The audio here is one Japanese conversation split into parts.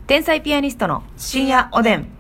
天才ピアニストの深夜おでん。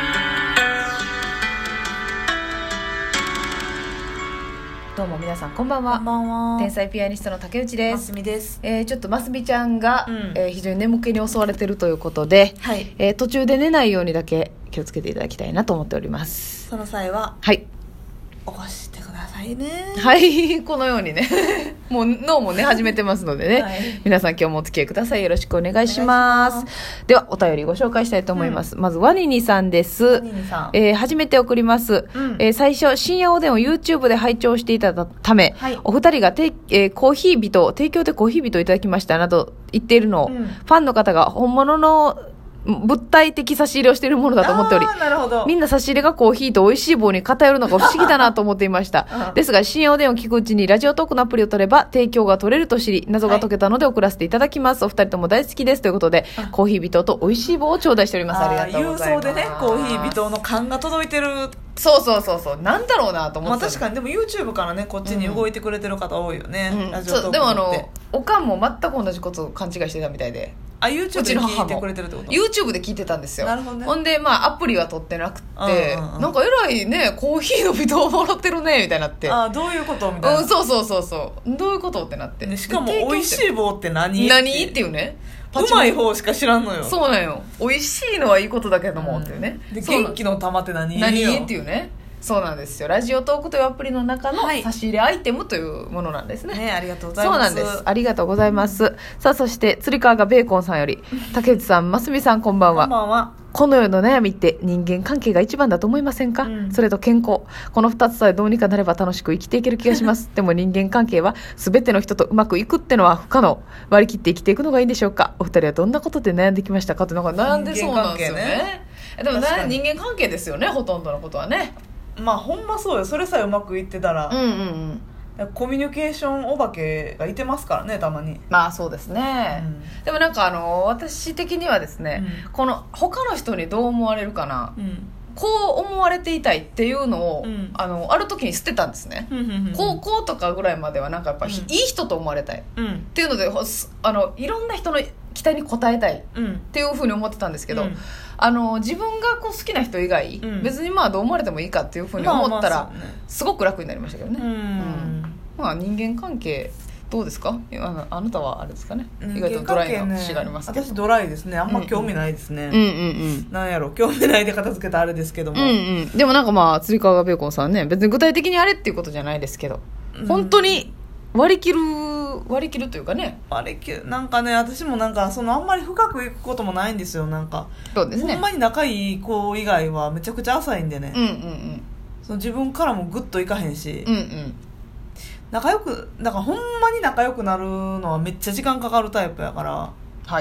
どうも皆さんこんばんは。 こんばんは。 天才ピアニストの竹内です。 ますみです。 ちょっとますみちゃんが、非常に眠気に襲われているということで、 はい。 途中で寝ないようにだけ気をつけていただきたいなと思っております。 その際ははい起こしてくださいね。 はいこのようにねもう脳も寝始めてますのでね、 はい、 皆さん今日もお付き合いください。よろしくお願いします。ではお便りご紹介したいと思います。まずワニニさんです。 ワニニさん、 初めて送ります。最初深夜おでんを YouTube で拝聴していたため、 はい、 お二人がコーヒー人提供でコーヒー人をいただきましたなど言っているのを、ファンの方が本物の物体的差し入れをしているものだと思っており、 なるほど。 みんな差し入れがコーヒーと美味しい棒に偏るのが不思議だなと思っていましたですが深夜おでんを聞くうちにラジオトークのアプリを取れば提供が取れると知り、謎が解けたので送らせていただきます。お二人とも大好きですということで、コーヒー人と美味しい棒を頂戴しております。ありがとうございます。 郵送でね、コーヒー人の缶が届いてる。 そうなんだろうなと思って、 確かに。でも YouTube からねこっちに動いてくれてる方多いよね、ラジオトークって。 でもおかんも全く同じことを勘違いしてたみたいで、 YouTube で聞いてくれてるってこと？ YouTube で聞いてたんですよ。 なるほどね。 ほんでアプリは取ってなくて、なんかえらいねコーヒーの人をもらってるねみたいになって、 どういうことみたいな、 そうどういうことってなって、 しかも美味しい棒って何っていうね、 うまい方しか知らんのよ。 そうなんよ、美味しいのはいいことだけども、っていうね。 で元気の玉って何っていうね。そうなんですよ。ラジオトークというアプリの中の差し入れアイテムというものなんですね。 ありがとうございます。 そうなんです。ありがとうございます。さあそしてつり革がベーコンさんより、竹内さん、ますみさんこんばんは。 こんばんは。 この世の悩みって人間関係が一番だと思いませんか？それと健康、この2つさえどうにかなれば楽しく生きていける気がしますでも人間関係は全ての人とうまくいくってのは不可能。割り切って生きていくのがいいんでしょうか？お二人はどんなことで悩んできましたか？ってなんか悩んでそうなんですよね。でも人間関係ですよね、ほとんどのことはね。 ほんまそうよ。それさえうまくいってたら、コミュニケーションお化けがいてますからね、たまに。 そうですね、でもなんか私的にはですね、この他の人にどう思われるかな、こう思われていたいっていうのを、ある時に捨てたんですね。高校とかぐらいまではなんかやっぱ、いい人と思われたい、っていうのでいろんな人の期待に応えたいっていうふうに思ってたんですけど、自分が好きな人以外、別にどう思われてもいいかっていうふうに思ったら、すごく楽になりましたけどね。人間関係どうですか？あなたはあれですかね、意外とドライな節がありますけど。 私ドライですね。あんま興味ないですね。なんやろ、興味ないで片付けたあれですけども、 でもなんかつり革がベーコンさんね、別に具体的にあれっていうことじゃないですけど、本当に割り切るというかね、 なんかね、私もなんかあんまり深くいくこともないんですよ。なんかそうですね、 ほんまに仲いい子以外はめちゃくちゃ浅いんでね、自分からもグッといかへんし、仲良く、だからほんまに仲良くなるのはめっちゃ時間かかるタイプやから、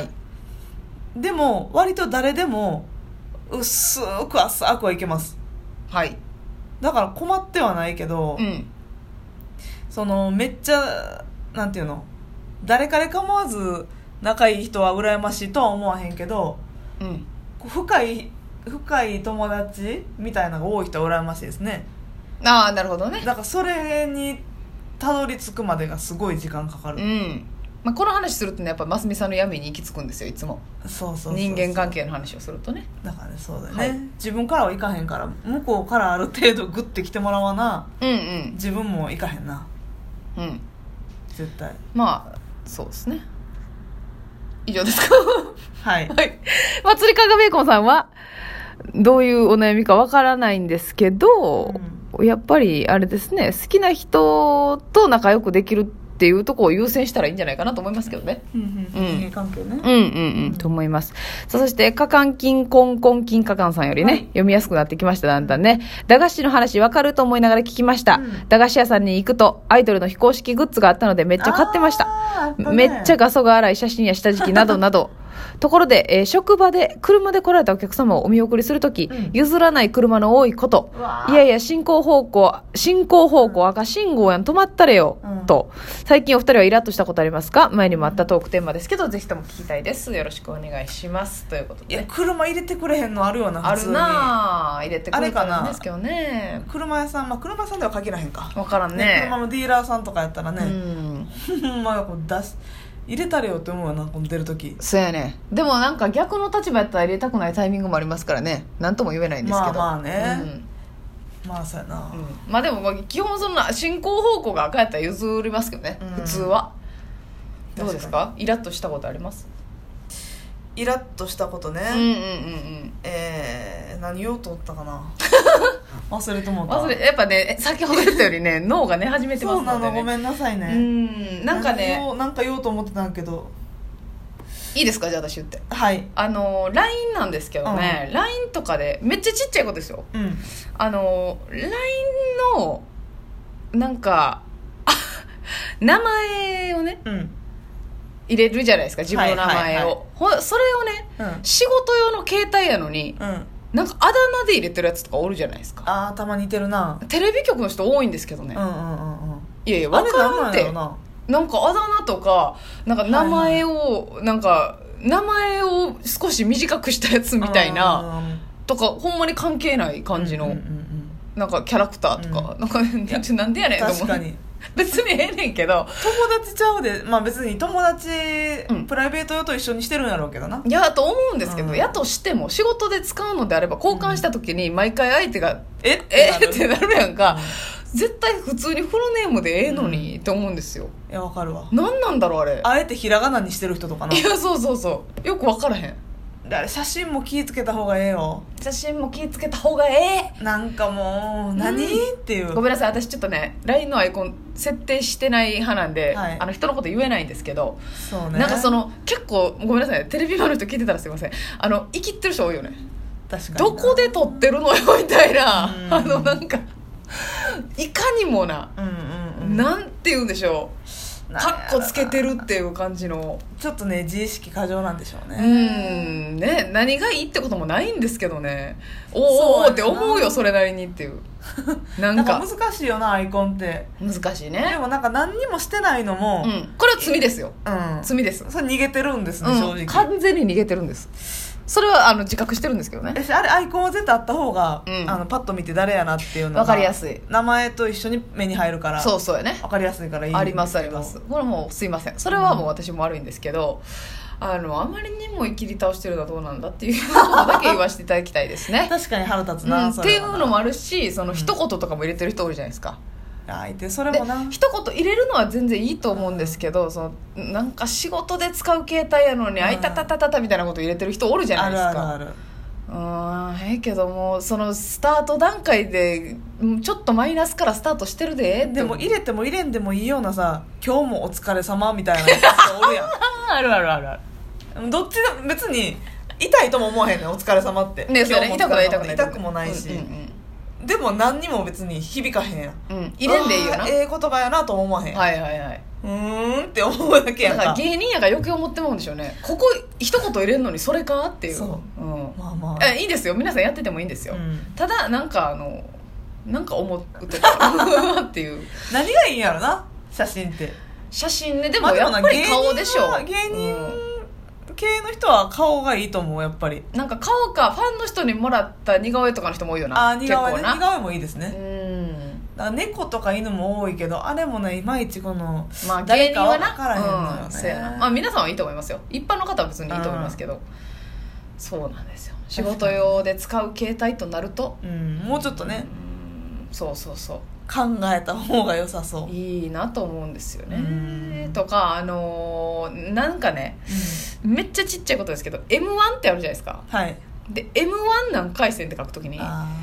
でも割と誰でも薄く浅くはいけます。だから困ってはないけど、めっちゃなんていうの、誰彼構わず仲いい人は羨ましいとは思わへんけど、深い友達みたいなのが多い人は羨ましいですね。 なるほどね。 だからそれにたどり着くまでがすごい時間かかる。 この話するとね、やっぱますみさんの闇に行き着くんですよ、いつも。人間関係の話をするとね。 だからね、そうだよね、自分からはいかへんから、向こうからある程度グッて来てもらわな、自分もいかへんな、絶対。 そうですね。以上ですか？ はい。 つり革がベーコンさんはどういうお悩みかわからないんですけど、やっぱりあれですね、好きな人と仲良くできるっていうところを優先したらいいんじゃないかなと思いますけどね。 人間関係ね。 と思います。そしてカカンキンコンコンキンカカンさんよりね、読みやすくなってきました。だんだんね、駄菓子の話わかると思いながら聞きました。駄菓子屋さんに行くとアイドルの非公式グッズがあったのでめっちゃ買ってました。めっちゃ画素が荒い写真や下敷きなどなど。ところで、職場で車で来られたお客様をお見送りするとき、譲らない車の多いこと、いやいや進行方向赤信号やん、止まったれよ、と最近お二人はイラッとしたことありますか？前にもあったトークテーマですけど、ぜひとも聞きたいです。よろしくお願いしますということで。 いや、車入れてくれへんのあるよな、普通に。 あるな、入れてくれたらんですけどね。 車屋さん、車屋さんでは限らへんか、 分からんね。 車のディーラーさんとかやったらね、 入れたれよって思うよな、出るとき。 そうやね。でもなんか逆の立場やったら入れたくないタイミングもありますからね、なんとも言えないんですけど。 まあまあね、まあそうやな、 まあでも基本そんな進行方向が赤やったら譲りますけどね、普通は。どうですか、イラッとしたことあります？ イラッとしたことね、何言おうと思ったかな忘れてもうた。 やっぱね、先ほど言ったよりね脳が寝始めてますので、ね、 そうなの、ごめんなさいね。 なんかね、 なんか言おうと思ってたんだけど。いいいですか、じゃあ私言って。 はい。 LINE なんですけどね、LINE とかでめっちゃちっちゃいことですよ、LINE のなんか名前をね、入れるじゃないですか、自分の名前を、それをね、仕事用の携帯やのに、なんかあだ名で入れてるやつとかおるじゃないですか。 あー、たまに似てるな。 テレビ局の人多いんですけどね、いやいや分からんって。なんかあだ名とかなんか名前を、なんか名前を少し短くしたやつみたいなとか、ほんまに関係ない感じのなんかキャラクターとか、なんかなんでやねんと思う。 確かに別にええねんけど、 友達ちゃうで、まあ別に友達、プライベート用と一緒にしてるんやろうけどな。 いやと思うんですけど、やとしても仕事で使うのであれば交換した時に毎回相手がえってなるやんか。絶対普通にフルネームでええのにって思うんですよ。 いや、わかるわ。 何なんだろうあれ。 あえてひらがなにしてる人とかな。 いや、そうよく分からへん。 あれ写真も気ぃつけた方がええよ。 写真も気ぃつけた方がええ。 なんかもう何、っていう。 ごめんなさい、私ちょっとね LINE のアイコン設定してない派なんで、人のこと言えないんですけど、 そうね、 なんか結構ごめんなさい、テレビマンの人聞いてたらすいません、生きってる人多いよね。確かにどこで撮ってるのよみたいな、なんかいかにもな、なんて言うんでしょう、カッコつけてるっていう感じの、 ちょっとね自意識過剰なんでしょうね。 ね、何がいいってこともないんですけどね、おーって思うよ、それなりにっていうなんか難しいよな、アイコンって難しいね。 でもなんか何にもしてないのも、 これは罪ですよ、罪です。 それ逃げてるんですね、正直完全に逃げてるんです。それは自覚してるんですけどね。 あれアイコンは絶対あった方が、パッと見て誰やなっていうのが分かりやすい、 名前と一緒に目に入るから、 そうやね、 分かりやすいからいいんありますあります。これもうすいません、それはもう私も悪いんですけど、あまりにも生きり倒してるのはどうなんだっていうことだけ言わせていただきたいですね確かに腹立つな、 っていうのもあるし、一言とかも入れてる人多いじゃないですか。 それもな、 一言入れるのは全然いいと思うんですけど、なんか仕事で使う携帯やのに、あいたたたたたみたいなこと入れてる人おるじゃないですか。けどもスタート段階でちょっとマイナスからスタートしてるで。 でも入れても入れんでもいいようなさ、今日もお疲れ様みたいな人おるやんあるあるあるある。どっちで別に痛いとも思わへんねん、お疲れ様ってね。それね、痛くもないし、でも何にも別に響かへんやん、 入れんでいいよな、 言葉やなとも思わへん。って思うだけやんか。 だから芸人やから余計思ってもうんでしょうね。ここ一言入れるのにそれかっていう。そう、いいですよ、皆さんやっててもいいんですよ、ただなんか思ってたっていう何がいいんやろな、写真って。 写真ね、でもやっぱり顔でしょ。 芸人系の人は顔がいいと思う、やっぱり。 なんか顔か、ファンの人にもらった似顔絵とかの人も多いよな。 似顔絵ね、似顔絵もいいですね。だから猫とか犬も多いけど、あれもね、いまいち誰かは分からへんのよね。皆さんはいいと思いますよ、一般の方は別にいいと思いますけど、そうなんですよ。仕事用で使う携帯となると、 もうちょっとね、 そう考えた方が良さそう、 いいなと思うんですよね。とかなんかね、めっちゃちっちゃいことですけど M1 ってあるじゃないですか。で M1 何回戦って書くときに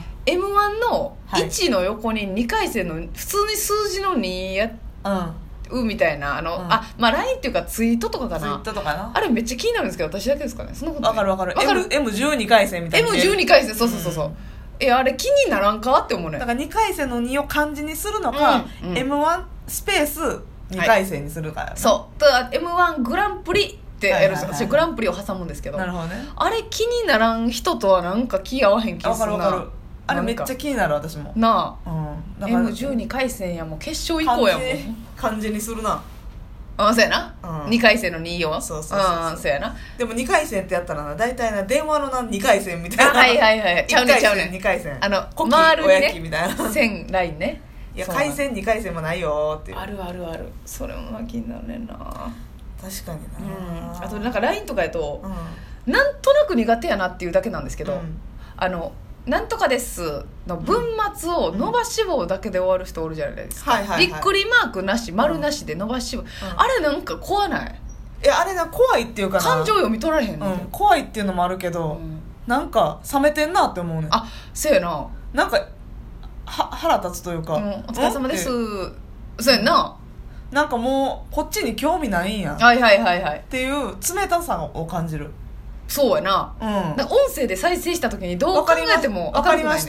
M1 の1の横に2回戦の普通に数字の2やみたいな、LINE っていうかツイートとかかな、あれめっちゃ気になるんですけど、私だけですかね。そんなことない。 分かる M12 回戦みたいな。 M12 回戦、そうあれ気にならんかって思うね。 だから2回戦の2を漢字にするのか、M1 スペース2回戦にするから、 そうだ M1 グランプリってやるんですよ。私グランプリを挟むんですけど、 なるほどね。 あれ気にならん人とはなんか気合わへん気するな。 分かるあれめっちゃ気になる、私もなあ、M12 回戦やもう決勝以降やもん。 漢字にするな。 そうやな、2回戦の2をそうやな。 でも2回戦ってやったらな、大体な電話の2回戦みたいな。 ちゃうね 2回戦回るにね、 みたいな線ラインね。 いや回戦2回戦もないよっていう。 あるそれも気になるねんな。 確かにな、 あとなんか LINE とかやと、なんとなく苦手やなっていうだけなんですけど、なんとかですの文末を伸ばし棒だけで終わる人おるじゃないですか、びっくりマークなし丸なしで伸ばし棒、あれなんか怖ない？ いやあれな、怖いっていうかな、 感情読み取られへんね、 怖いっていうのもあるけど、なんか冷めてんなって思うね。 そうやな、 なんか腹立つというか、 お疲れ様です、そうやな、 なんかもうこっちに興味ないんやっていう冷たさを感じる。 そうやな、なんか音声で再生した時にどう考えても分かりました、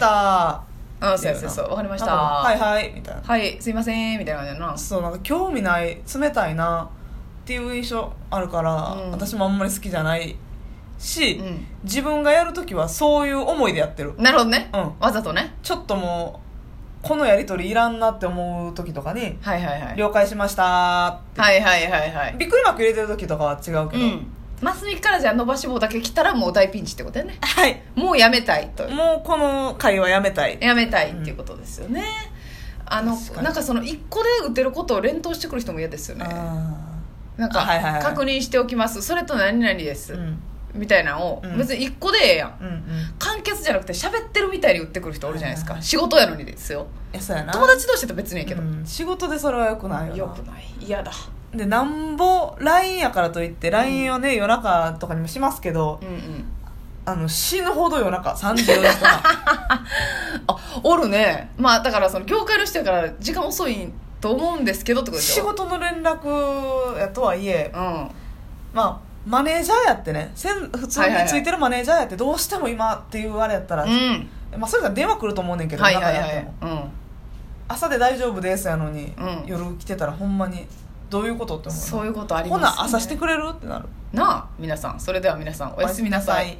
そう分かりました、 はいみたいな、 はいすいませんみたいな感じやな。 そう、なんか興味ない、冷たいなっていう印象あるから、私もあんまり好きじゃないし、自分がやるときはそういう思いでやってる。 なるほどね、わざとね、 ちょっともうこのやり取りいらんなって思う時とかに了解しましたって、びっくりマーク入れてる時とかは違うけど、 マスミからじゃあ伸ばし棒だけ来たらもう大ピンチってことだよね。もうやめたいと、 もうこの会話やめたいっていうことですよね。なんかその1個で打てることを連投してくる人も嫌ですよね。なんか確認しておきます、それと何々です、みたいなのを別に1個でええやん、簡潔じゃなくて喋ってるみたいに打ってくる人おるじゃないですか、仕事やのにですよ。 そうやな、 友達同士だと別にいいけど、 仕事でそれはよくないよな。 よくない、嫌だ。 でなんぼ LINE やからといって LINE をね、夜中とかにもしますけど、死ぬほど夜中3時4時とかおるね。まあだからその業界の人やから時間遅いと思うんですけどってことでしょ。 仕事の連絡やとはいえ、まあマネージャーやってね、普通についてるマネージャーやってどうしても今っていうあれやったら、まあそれが電話来ると思うねんけど、中やっても、朝で大丈夫ですやのに、夜来てたらほんまにどういうことって思う。 そういうことありますね。 ほな朝してくれるってなるなあ。皆さん、それでは皆さんおやすみなさい。